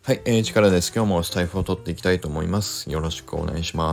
はい、力です。今日もスタイフを取っていきたいと思います。よろしくお願いします。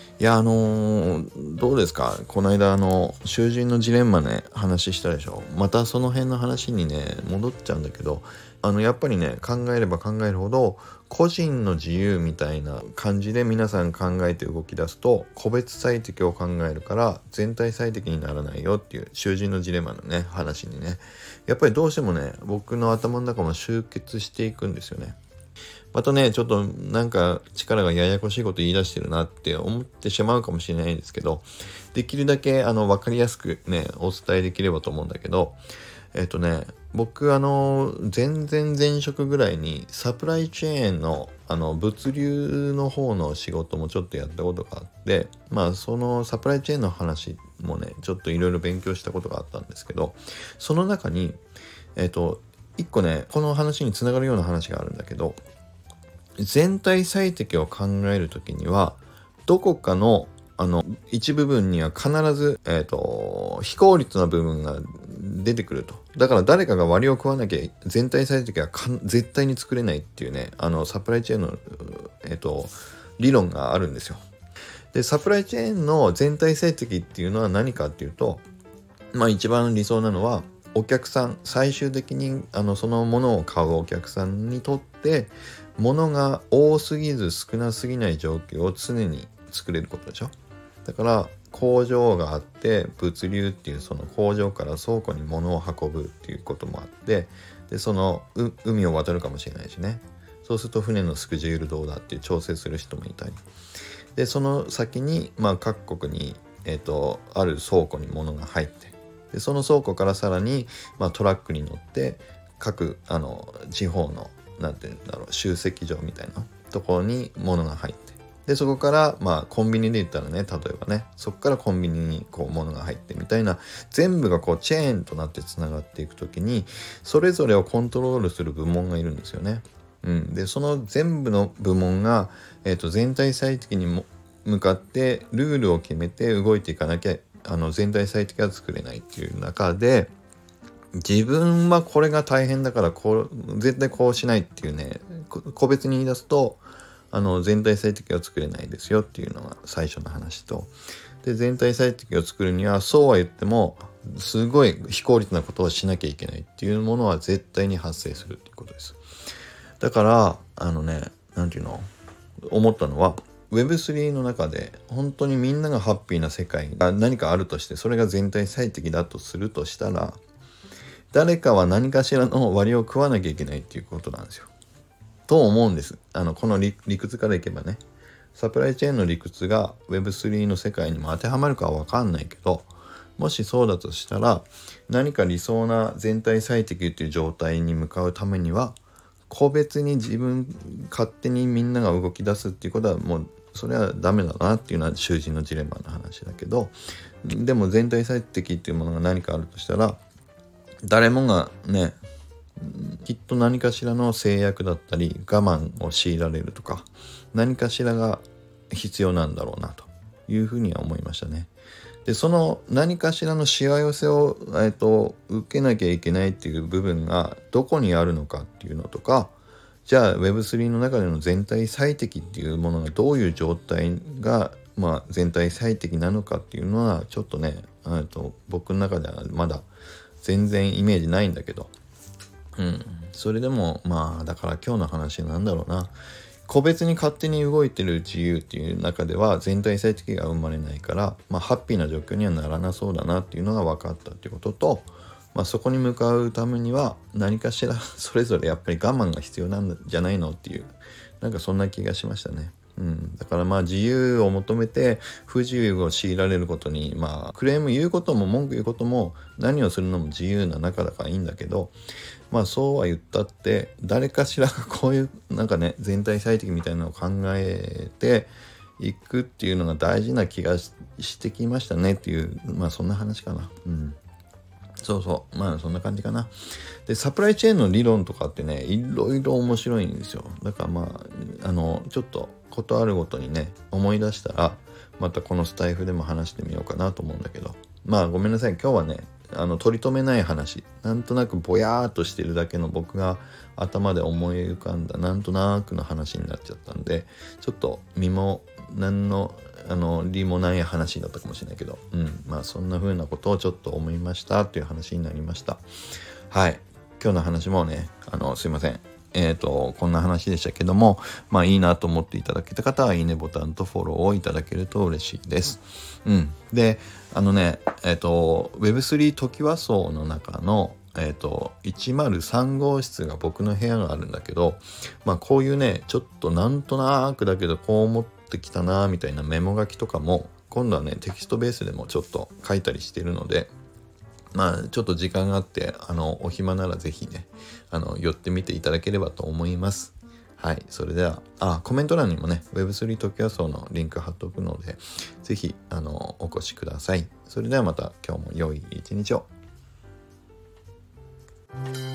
どうですか？この間囚人のジレンマね、話したでしょ。またその辺の話にね、戻っちゃうんだけど、やっぱりね、考えれば考えるほど、個人の自由みたいな感じで皆さん考えて動き出すと、個別最適を考えるから全体最適にならないよっていう囚人のジレンマのね、話にね、やっぱりどうしてもね、僕の頭の中も集結していくんですよね。またね、ちょっとなんか力がややこしいこと言い出してるなって思ってしまうかもしれないんですけど、できるだけ分かりやすくね、お伝えできればと思うんだけど、僕前職ぐらいにサプライチェーンの物流の方の仕事もちょっとやったことがあって、そのサプライチェーンの話もね、ちょっといろいろ勉強したことがあったんですけど、その中に一個ね、この話につながるような話があるんだけど、全体最適を考えるときには、どこかの一部分には必ず、非効率な部分が出てくると。だから誰かが割を食わなきゃ全体最適は絶対に作れないっていうね、サプライチェーンの、理論があるんですよ。で、サプライチェーンの全体最適っていうのは何かっていうと、一番理想なのは、お客さん、最終的にそのものを買うお客さんにとって物が多すぎず少なすぎない状況を常に作れることでしょ。だから工場があって、物流っていうその工場から倉庫に物を運ぶっていうこともあって、でその海を渡るかもしれないしね。そうすると船のスケジュールどうだっていう調整する人もいたり、でその先に各国にある倉庫に物が入って、でその倉庫からさらに、トラックに乗って各地方のなんていうんだろう、集積場みたいなところに物が入って、でそこからコンビニで言ったらね、例えばね、そこからコンビニにこう物が入ってみたいな、全部がこうチェーンとなってつながっていくときに、それぞれをコントロールする部門がいるんですよね。でその全部の部門が、全体最適に向かってルールを決めて動いていかなきゃ全体最適は作れないっていう中で、自分はこれが大変だから絶対こうしないっていうね、個別に言い出すと全体最適は作れないですよっていうのが最初の話と、で全体最適を作るにはそうは言ってもすごい非効率なことをしなきゃいけないっていうものは絶対に発生するっていうことです。だからなんていうの、思ったのは、Web3 の中で本当にみんながハッピーな世界が何かあるとして、それが全体最適だとするとしたら、誰かは何かしらの割を食わなきゃいけないっていうことなんですよ。と思うんです。この理屈からいけばね。サプライチェーンの理屈が Web3 の世界にも当てはまるかは分かんないけど、もしそうだとしたら、何か理想な全体最適っていう状態に向かうためには、個別に勝手にみんなが動き出すっていうことはもうそれはダメだなっていうのは囚人のジレンマの話だけど、でも全体最適っていうものが何かあるとしたら、誰もがね、きっと何かしらの制約だったり我慢を強いられるとか、何かしらが必要なんだろうなというふうには思いましたね。でその何かしらのしわ寄せを、受けなきゃいけないっていう部分がどこにあるのかっていうのとか、じゃあ Web3 の中での全体最適っていうものがどういう状態が全体最適なのかっていうのはちょっとね、僕の中ではまだ全然イメージないんだけど、それでもだから今日の話なんだろうな、個別に勝手に動いてる自由っていう中では全体最適が生まれないから、ハッピーな状況にはならなそうだなっていうのが分かったっていうことと、そこに向かうためには何かしらそれぞれやっぱり我慢が必要なんじゃないのっていう、なんかそんな気がしましたね。だから自由を求めて不自由を強いられることにクレーム言うことも文句言うことも何をするのも自由な中だからいいんだけど、そうは言ったって誰かしらがこういう全体最適みたいなのを考えていくっていうのが大事な気がしてきましたねっていう、そんな話かな。そうそんな感じかな。でサプライチェーンの理論とかってね、いろいろ面白いんですよ。だからちょっとことあるごとにね思い出したらまたこのスタイフでも話してみようかなと思うんだけど、ごめんなさい、今日はね取り留めない話、なんとなくぼやーっとしてるだけの僕が頭で思い浮かんだなんとなくの話になっちゃったんで、ちょっと身も何の理もない話だったかもしれないけど、まあそんな風なことをちょっと思いましたという話になりました。はい、今日の話もねすいません、こんな話でしたけども、まあいいなと思っていただけた方はいいねボタンとフォローをいただけると嬉しいです。でWeb3 トキワ荘の中の103号室が僕の部屋があるんだけど、まあこういうねちょっとなんとなくだけどこう思ってきたなみたいなメモ書きとかも今度はねテキストベースでもちょっと書いたりしてるので、まあちょっと時間があってお暇ならぜひね寄ってみていただければと思います。はい、それではコメント欄にもね Web3 トキワ荘のリンク貼っておくのでぜひお越しください。それではまた今日も良い一日を。